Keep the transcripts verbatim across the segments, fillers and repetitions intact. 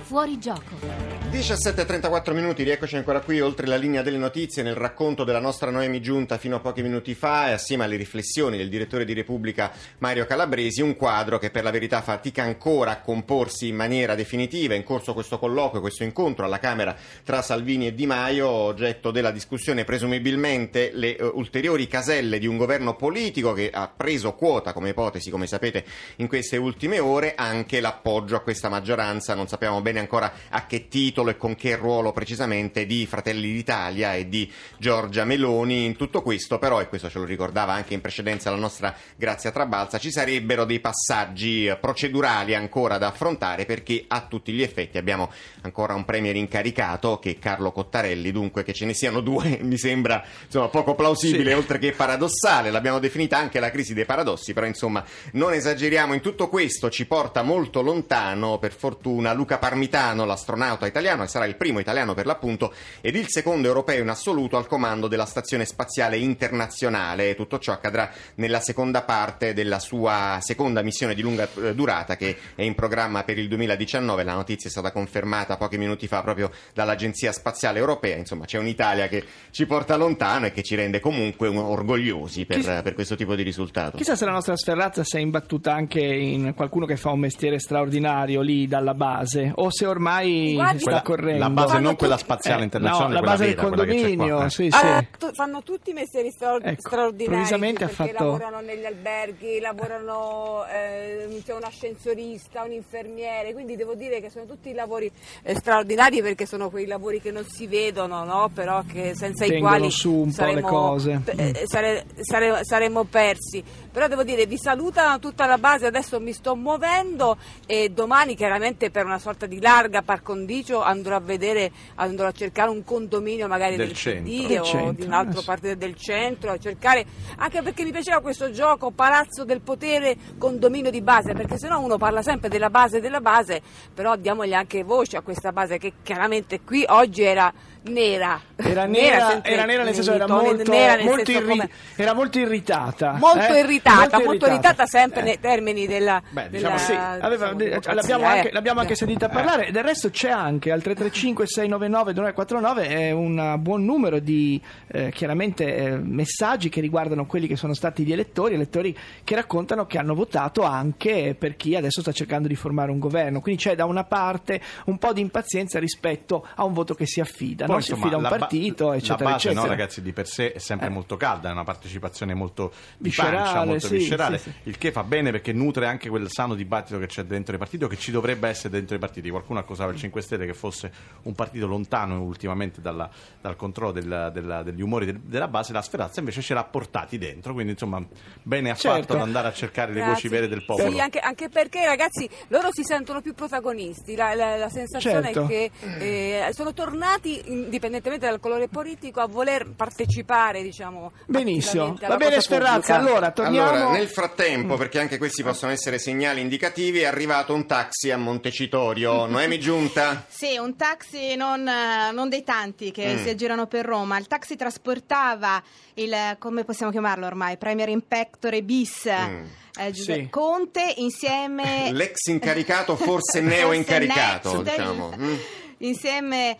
Fuori gioco. diciassette e trentaquattro minuti, rieccoci ancora qui oltre la linea delle notizie nel racconto della nostra Noemi Giunta fino a pochi minuti fa e assieme alle riflessioni del direttore di Repubblica Mario Calabresi, un quadro che per la verità fatica ancora a comporsi in maniera definitiva. È in corso questo colloquio, questo incontro alla Camera tra Salvini e Di Maio, oggetto della discussione presumibilmente le uh, ulteriori caselle di un governo politico che ha preso quota come ipotesi, come sapete, in queste ultime ore, anche l'appoggio a questa maggioranza, non sappiamo bene ancora a che titolo e con che ruolo precisamente, di Fratelli d'Italia e di Giorgia Meloni. In tutto questo però, e questo ce lo ricordava anche in precedenza la nostra Grazia Trabalza, ci sarebbero dei passaggi procedurali ancora da affrontare, perché a tutti gli effetti abbiamo ancora un premier incaricato che è Carlo Cottarelli, dunque che ce ne siano due mi sembra insomma poco plausibile, sì, oltre che paradossale. L'abbiamo definita anche la crisi dei paradossi, però insomma non esageriamo. In tutto questo ci porta molto lontano, per fortuna, Luca Parmitano, l'astronauta italiano, e sarà il primo italiano per l'appunto ed il secondo europeo in assoluto al comando della Stazione Spaziale Internazionale. Tutto ciò accadrà nella seconda parte della sua seconda missione di lunga durata che è in programma per il duemiladiciannove. La notizia è stata confermata pochi minuti fa proprio dall'Agenzia Spaziale Europea. Insomma, c'è un'Italia che ci porta lontano e che ci rende comunque orgogliosi per, Chissà, per questo tipo di risultato. Chissà se la nostra Sferrazza si è imbattuta anche in qualcuno che fa un mestiere straordinario lì dalla base, o se ormai Guardi, sta correndo. La base, non tu... quella spaziale eh, internazionale, no, la base vera, del condominio, eh. sì, sì. Allora, tu, fanno tutti mestieri straor- ecco, straordinari, improvvisamente perché ha fatto... lavorano negli alberghi, lavorano eh, c'è un ascensorista, un infermiere, quindi devo dire che sono tutti lavori eh, straordinari, perché sono quei lavori che non si vedono, no? Però che senza Tengono i quali su un saremo, po' le cose. eh, sare, sare, saremmo persi. Però devo dire, vi salutano tutta la base, adesso mi sto muovendo e domani chiaramente per una sorta di larga par condicio andrò a vedere, andrò a cercare un condominio magari del, del centro. C D Del o centro, di un'altra eh, parte del centro, a cercare, anche perché mi piaceva questo gioco palazzo del potere, condominio di base, perché sennò uno parla sempre della base della base, però diamogli anche voce a questa base che chiaramente qui oggi era nera. Era nera, nera, era nera nel senso era molto, nera nel molto, senso irri- era molto irritata. Molto eh? irritata, molto, molto irritata, irritata sempre eh. nei termini della... Beh, della diciamo sì, aveva, diciamo, l'abbiamo, eh. anche, l'abbiamo anche sentita parlare. Del resto c'è anche al tre tre cinque sei nove nove due nove quattro nove è un buon numero di eh, chiaramente eh, messaggi che riguardano quelli che sono stati gli elettori, elettori che raccontano che hanno votato anche per chi adesso sta cercando di formare un governo. Quindi c'è da una parte un po' di impazienza rispetto a un voto che si affida, Poi, non si insomma, affida a un la partito, ba- eccetera, la base, eccetera. no, ragazzi, di per sé è sempre eh. molto calda, è una partecipazione molto di viscerale, pancia, molto sì, viscerale, sì, sì. il che fa bene perché nutre anche quel sano dibattito che c'è dentro i partiti, o che ci dovrebbe essere dentro i partiti. Qualcuno accusava il cinque Stelle che fosse un partito lontano ultimamente dalla, dal controllo del, della, degli umori del, della base. La Sferrazza invece ce l'ha portati dentro, quindi insomma bene ha certo. fatto ad andare a cercare le Grazie. voci vere del popolo. Sì, anche, anche perché ragazzi loro si sentono più protagonisti, la, la, la sensazione certo. è che eh, sono tornati, indipendentemente dal colore politico, a voler partecipare, diciamo. Benissimo, va bene Sferrazza, allora torniamo. Allora, nel frattempo, perché anche questi possono essere segnali indicativi, è arrivato un taxi a Montecitorio. Noemi Giunta? Sì, un taxi non, non dei tanti che Mm. si aggirano per Roma. Il taxi trasportava il, come possiamo chiamarlo ormai, Premier Impectore bis, Mm. eh, Giuseppe Sì. Conte, insieme... L'ex incaricato, forse neo incaricato, Forse next, diciamo. Mm. Insieme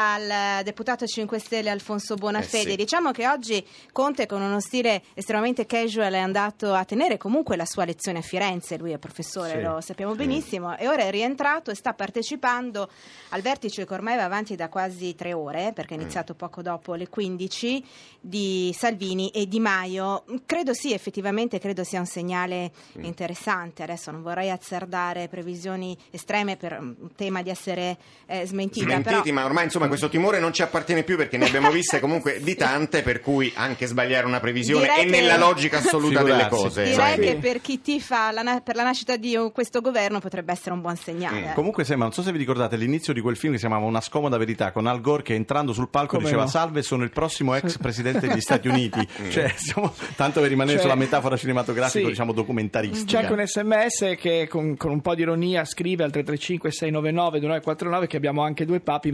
al deputato cinque Stelle Alfonso Bonafede. Eh sì. Diciamo che oggi Conte, con uno stile estremamente casual, è andato a tenere comunque la sua lezione a Firenze. Lui è professore, Sì. lo sappiamo benissimo, e ora è rientrato e sta partecipando al vertice che ormai va avanti da quasi tre ore, perché è iniziato poco dopo le quindici, di Salvini e Di Maio. Credo sì, effettivamente credo sia un segnale Mm. interessante. Adesso non vorrei azzardare previsioni estreme per un tema di essere eh, smentita, Smentiti, però... ma ormai insomma questo timore non ci appartiene più, perché ne abbiamo viste comunque di tante, per cui anche sbagliare una previsione Direi è che- nella logica assoluta delle Figurarsi. cose. Direi Noemi. che per chi tifa la na- per la nascita di uh, questo governo potrebbe essere un buon segnale. Mm. Comunque sembra, non so se vi ricordate l'inizio di quel film che si chiamava Una scomoda verità, con Al Gore che entrando sul palco Come diceva no? salve, sono il prossimo ex presidente degli Stati Uniti. Cioè, siamo, tanto per rimanere Cioè, sulla metafora cinematografica, sì. diciamo documentaristica. C'è anche un sms che con, con un po' di ironia scrive al tre tre cinque sei nove nove due nove quattro nove che abbiamo anche due papi, ma in realtà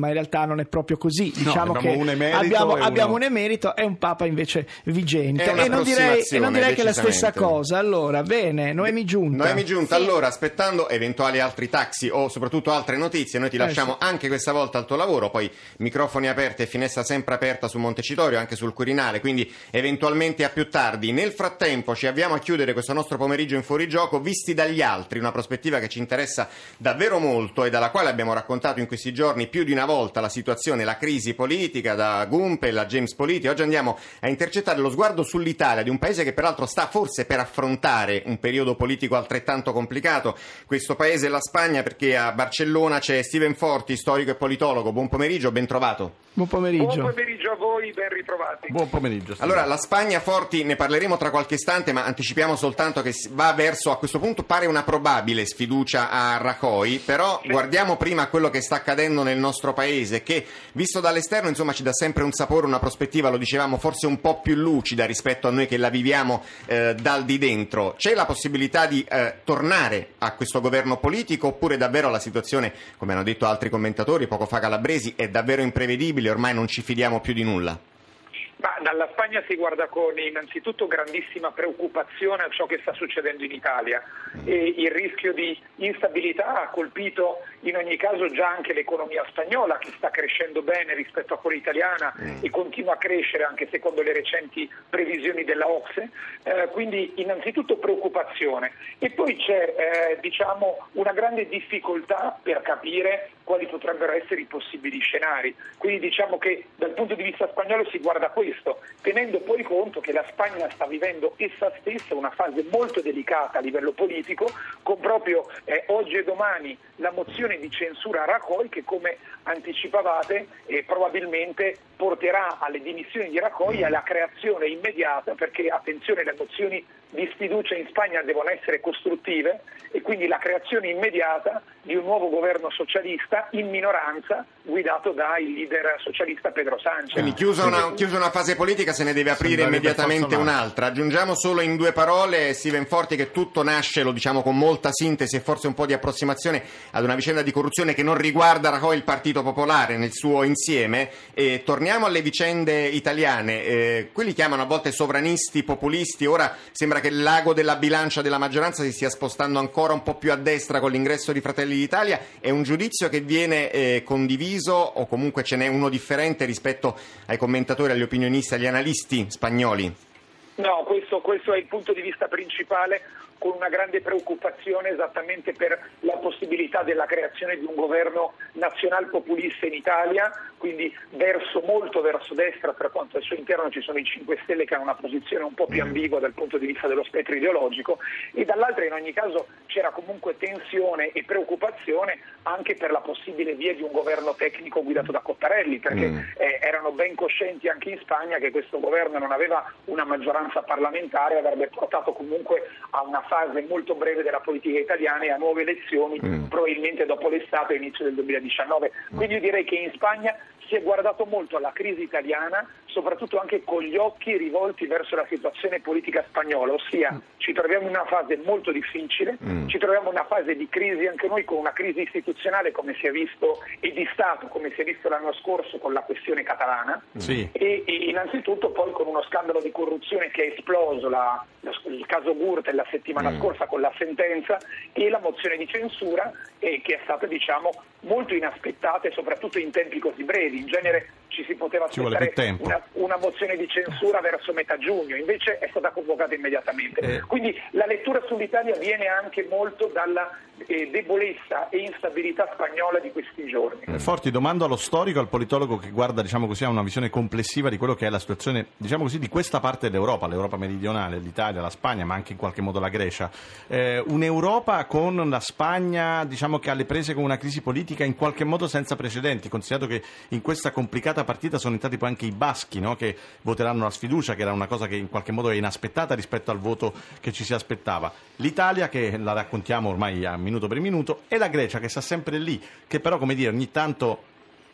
non è proprio così, No, diciamo che abbiamo un emerito abbiamo, e abbiamo uno- un emerito e un Papa invece vigente, È e non direi, e non direi che è la decisamente. stessa cosa. Allora, bene, Noemi Giunta. Noemi Giunta, Sì. allora, aspettando eventuali altri taxi o soprattutto altre notizie, noi ti Eh, lasciamo sì. anche questa volta al tuo lavoro, poi microfoni aperti e finestra sempre aperta su Montecitorio, anche sul Quirinale, quindi eventualmente a più tardi. Nel frattempo ci avviamo a chiudere questo nostro pomeriggio in fuorigioco, visti dagli altri, una prospettiva che ci interessa davvero molto e dalla quale abbiamo raccontato in questi giorni più di una volta la situazione, la crisi politica, da Gumpel a James Politi. Oggi andiamo a intercettare lo sguardo sull'Italia, di un paese che peraltro sta forse per affrontare un periodo politico altrettanto complicato. Questo paese è la Spagna, perché a Barcellona c'è Steven Forti, storico e politologo. Buon pomeriggio, ben trovato. Buon pomeriggio. Buon pomeriggio a voi, ben ritrovati. Buon pomeriggio. Stefano. Allora, la Spagna, Forti, ne parleremo tra qualche istante, ma anticipiamo soltanto che va verso, a questo punto pare una probabile sfiducia a Rajoy, però Sì. guardiamo prima a quello che sta accadendo nel nostro paese, che visto dall'esterno insomma ci dà sempre un sapore, una prospettiva, lo dicevamo, forse un po' più lucida rispetto a noi che la viviamo eh, dal di dentro. C'è la possibilità di eh, tornare a questo governo politico, oppure davvero la situazione, come hanno detto altri commentatori, poco fa Calabresi, è davvero imprevedibile, ormai non ci fidiamo più di nulla? Ma dalla Spagna si guarda con innanzitutto grandissima preoccupazione a ciò che sta succedendo in Italia, e il rischio di instabilità ha colpito in ogni caso già anche l'economia spagnola, che sta crescendo bene rispetto a quella italiana e continua a crescere anche secondo le recenti previsioni della O C S E, eh, quindi innanzitutto preoccupazione, e poi c'è eh, diciamo una grande difficoltà per capire quali potrebbero essere i possibili scenari. Quindi diciamo che dal punto di vista spagnolo si guarda questo, tenendo poi conto che la Spagna sta vivendo essa stessa una fase molto delicata a livello politico, con proprio eh, oggi e domani la mozione di censura a Rajoy, che come anticipavate eh, probabilmente porterà alle dimissioni di Rajoy e alla creazione immediata, perché attenzione, le mozioni di sfiducia in Spagna devono essere costruttive, e quindi la creazione immediata di un nuovo governo socialista in minoranza guidato dal leader socialista Pedro Sánchez. Quindi chiusa una, chiusa una fase politica, se ne deve aprire Sembrerebbe immediatamente forse un'altra. un'altra. Aggiungiamo solo in due parole, Steven Forti, che tutto nasce, lo diciamo con molta sintesi e forse un po' di approssimazione, ad una vicenda di corruzione che non riguarda Rajoy, il Partito Popolare nel suo insieme. E torniamo alle vicende italiane. Eh, quelli chiamano a volte sovranisti, populisti. Ora sembra che il lago della bilancia della maggioranza si stia spostando ancora un po' più a destra con l'ingresso di Fratelli d'Italia. È un giudizio che viene eh, condiviso, o comunque ce n'è uno differente rispetto ai commentatori, agli opinionisti, agli analisti spagnoli? No, questo, questo è il punto di vista principale, con una grande preoccupazione esattamente per la possibilità della creazione di un governo nazional populista in Italia, quindi verso molto verso destra, per quanto al suo interno ci sono i cinque Stelle che hanno una posizione un po' più ambigua dal punto di vista dello spettro ideologico, e dall'altra in ogni caso c'era comunque tensione e preoccupazione anche per la possibile via di un governo tecnico guidato da Cottarelli, perché Mm. eh, erano ben coscienti anche in Spagna che questo governo non aveva una maggioranza parlamentare e avrebbe portato comunque a una fase molto breve della politica italiana e a nuove elezioni Mm. probabilmente dopo l'estate e inizio del duemiladiciannove. Quindi io direi che in Spagna si è guardato molto alla crisi italiana, soprattutto anche con gli occhi rivolti verso la situazione politica spagnola, ossia ci troviamo in una fase molto difficile, Mm. ci troviamo in una fase di crisi anche noi, con una crisi istituzionale come si è visto, e di Stato come si è visto l'anno scorso con la questione catalana, Sì. e, e innanzitutto poi con uno scandalo di corruzione che è esploso, la, la, il caso Gürtel la settimana Mm. scorsa con la sentenza e la mozione di censura, eh, che è stata diciamo molto inaspettata e soprattutto in tempi così brevi. In genere ci si poteva Ci vuole aspettare più tempo. una, una mozione di censura verso metà giugno, invece è stata convocata immediatamente. Eh. Quindi la lettura sull'Italia viene anche molto dalla eh, debolezza e instabilità spagnola di questi giorni. Forti, domando allo storico, al politologo che guarda, diciamo così, a una visione complessiva di quello che è la situazione, diciamo così, di questa parte dell'Europa, l'Europa meridionale, l'Italia, la Spagna, ma anche in qualche modo la Grecia. Eh, un'Europa con la Spagna, diciamo, che ha le prese con una crisi politica in qualche modo senza precedenti, considerato che in questa complicata partita sono entrati poi anche i baschi, no? Che voteranno la sfiducia, che era una cosa che in qualche modo è inaspettata rispetto al voto che ci si aspettava. L'Italia, che la raccontiamo ormai a minuto per minuto, e la Grecia, che sta sempre lì, che però, come dire, ogni tanto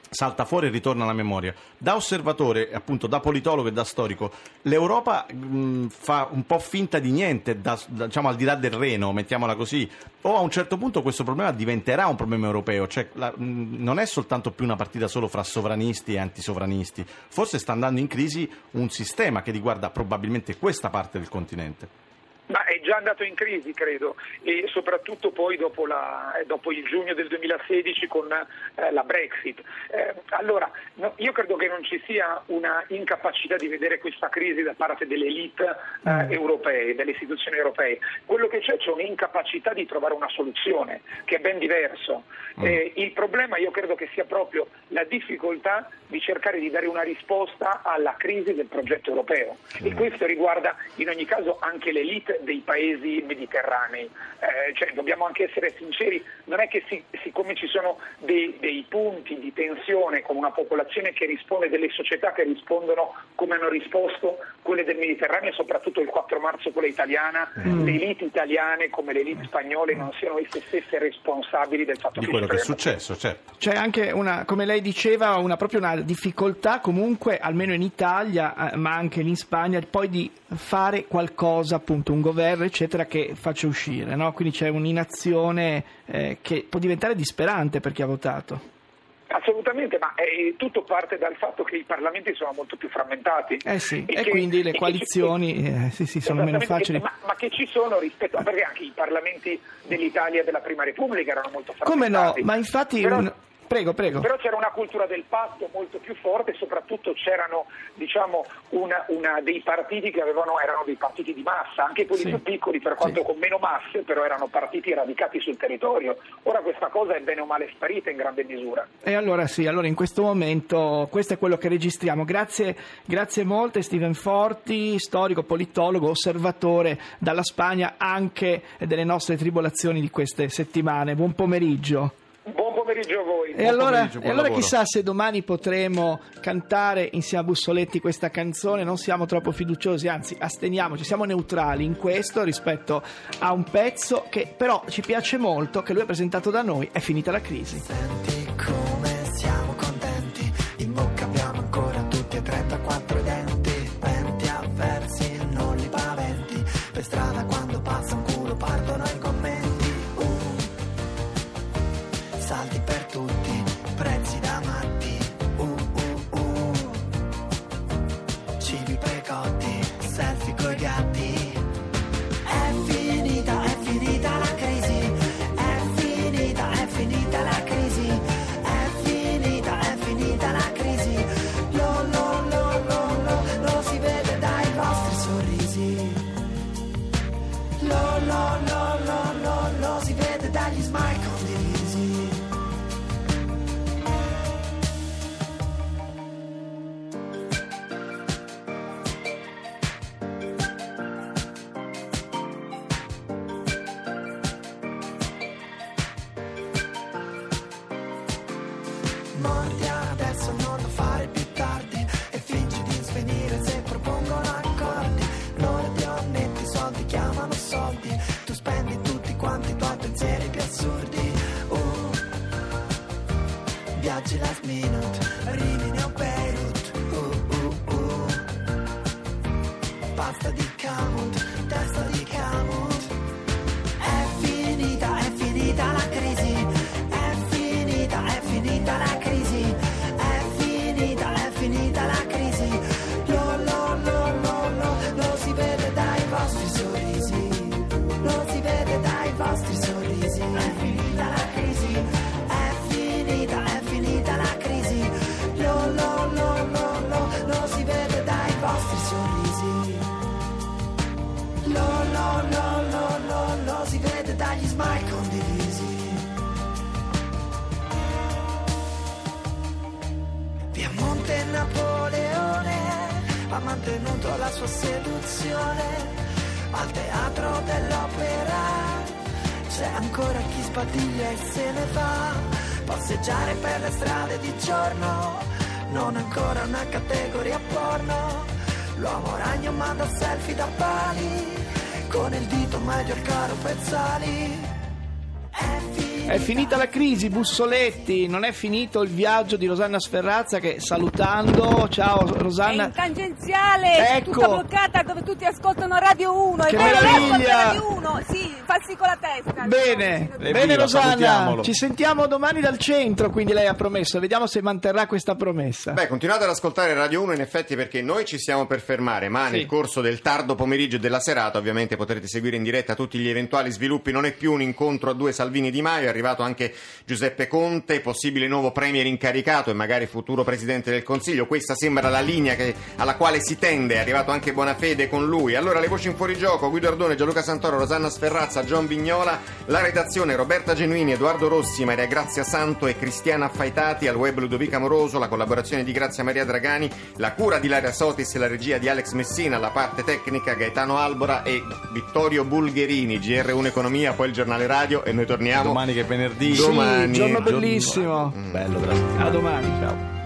salta fuori e ritorna alla memoria. Da osservatore, appunto da politologo e da storico, l'Europa mh, fa un po' finta di niente, da, da, diciamo al di là del Reno, mettiamola così, o a un certo punto questo problema diventerà un problema europeo, cioè la, mh, non è soltanto più una partita solo fra sovranisti e antisovranisti, forse sta andando in crisi un sistema che riguarda probabilmente questa parte del continente. Ma è già andato in crisi, credo, e soprattutto poi dopo, la, dopo il giugno del duemilasedici con eh, la Brexit. Eh, allora, no, io credo che non ci sia una incapacità di vedere questa crisi da parte delle elite eh, mm. europee, delle istituzioni europee. Quello che c'è, c'è un'incapacità di trovare una soluzione, che è ben diverso. Mm. Eh, il problema io credo che sia proprio la difficoltà di cercare di dare una risposta alla crisi del progetto europeo. Mm. E questo riguarda in ogni caso anche l'elite dei paesi mediterranei, eh, cioè dobbiamo anche essere sinceri, non è che si, siccome ci sono dei, dei punti di tensione con una popolazione che risponde, delle società che rispondono come hanno risposto quelle del Mediterraneo, soprattutto il quattro marzo quella italiana, mm. le elite italiane come le elite spagnole non siano esse stesse responsabili del fatto di che quello che è successo, certo. C'è anche una, come lei diceva, una proprio una difficoltà comunque, almeno in Italia, eh, ma anche in Spagna, poi di fare qualcosa, appunto un governo eccetera che faccia uscire, no? Quindi c'è un'inazione eh, che può diventare disperante per chi ha votato. Assolutamente, ma eh, tutto parte dal fatto che i parlamenti sono molto più frammentati. Eh sì, e, e che, quindi le coalizioni ci, eh, sì, sì, sono meno facili. Che, ma, ma che ci sono rispetto a, perché anche i parlamenti dell'Italia della Prima Repubblica erano molto frammentati. Come no, ma infatti... Però, un... Prego, prego. Però c'era una cultura del patto molto più forte e soprattutto c'erano, diciamo, una, una dei partiti che avevano, erano dei partiti di massa, anche quelli sì. più piccoli, per quanto sì. con meno masse, però erano partiti radicati sul territorio. Ora questa cosa è bene o male sparita in grande misura. E allora sì, allora in questo momento questo è quello che registriamo. Grazie, grazie molte Steven Forti, storico, politologo, osservatore dalla Spagna anche delle nostre tribolazioni di queste settimane. Buon pomeriggio. Buon pomeriggio a voi. E allora, e allora chissà se domani potremo cantare insieme a Bussoletti questa canzone. Non siamo troppo fiduciosi, anzi asteniamoci, siamo neutrali in questo rispetto a un pezzo che però ci piace molto, che lui ha presentato da noi, È finita la crisi. Senti come siamo contenti, in bocca abbiamo ancora tutti e trentaquattro denti, penti avversi non li paventi, per strada quando passa un culo partono i commenti. Saldi per tutti, prezzi da matti, uh uh uh, cibi precotti, selfie coi gatti. È finita, è finita la crisi, è finita, è finita la crisi, è finita, è finita la crisi. Lo, lo, lo, lo, lo, lo si vede dai vostri sorrisi. Lo, lo, lo, lo, lo, lo si vede dagli smile condivisi. Mordi adesso, non lo fare più tardi, e fingi di svenire se propongono accordi. Loro ti onnetti, soldi chiamano soldi, tu spendi tutti quanti i tuoi pensieri più assurdi. Uh, viaggi last minute, Rimini o Beirut, uh, uh, uh, pasta di Camut, testa di Camut. È finita, è finita la crisi, è finita, è finita la crisi, è finita, è finita la crisi. Lo, lo, lo, lo, lo, lo si vede dai vostri sorrisi, lo si vede dai vostri sorrisi. È finita la crisi, è finita, è finita la crisi. Lo, lo, lo, lo, lo, lo si vede dai vostri sorrisi. Lo, lo, lo, lo, lo, lo si vede dagli smile condivisi. Piemonte Napoleone ha mantenuto la sua seduzione al teatro dell'opera. C'è ancora chi sbadiglia e se ne va, passeggiare per le strade di giorno non è ancora una categoria porno. L'uomo ragno manda selfie da pali, con il dito medio al caro Pezzali. È È finita la crisi, Bussoletti, non è finito il viaggio di Rosanna Sferrazza che salutando, ciao Rosanna. È in tangenziale, ecco, tutta bloccata dove tutti ascoltano Radio uno. Che è vero, meraviglia. lei ascolta Radio uno, sì, farsi con la testa. Bene, No, bene Evviva, Rosanna, salutiamolo. ci sentiamo domani dal centro, quindi lei ha promesso, vediamo se manterrà questa promessa. Beh, continuate ad ascoltare Radio uno in effetti perché noi ci stiamo per fermare, ma Sì. nel corso del tardo pomeriggio e della serata ovviamente potrete seguire in diretta tutti gli eventuali sviluppi. Non è più un incontro a due Salvini Di Maio, è arrivato anche Giuseppe Conte, possibile nuovo premier incaricato e magari futuro Presidente del Consiglio. Questa sembra la linea che, alla quale si tende, è arrivato anche Bonafede con lui. Allora le voci in fuorigioco: Guido Ardone, Gianluca Santoro, Rosanna Sferrazza, John Vignola, la redazione Roberta Genuini, Edoardo Rossi, Maria Grazia Santo e Cristiana Affaitati, al web Ludovica Moroso, la collaborazione di Grazia Maria Dragani, la cura di Ilaria Sotis e la regia di Alex Messina, la parte tecnica Gaetano Albora e Vittorio Bulgherini. G R uno Economia, poi il giornale radio e noi torniamo Domani che è venerdì. Sì, domani. giorno bellissimo. Bello, grazie. A domani, ciao.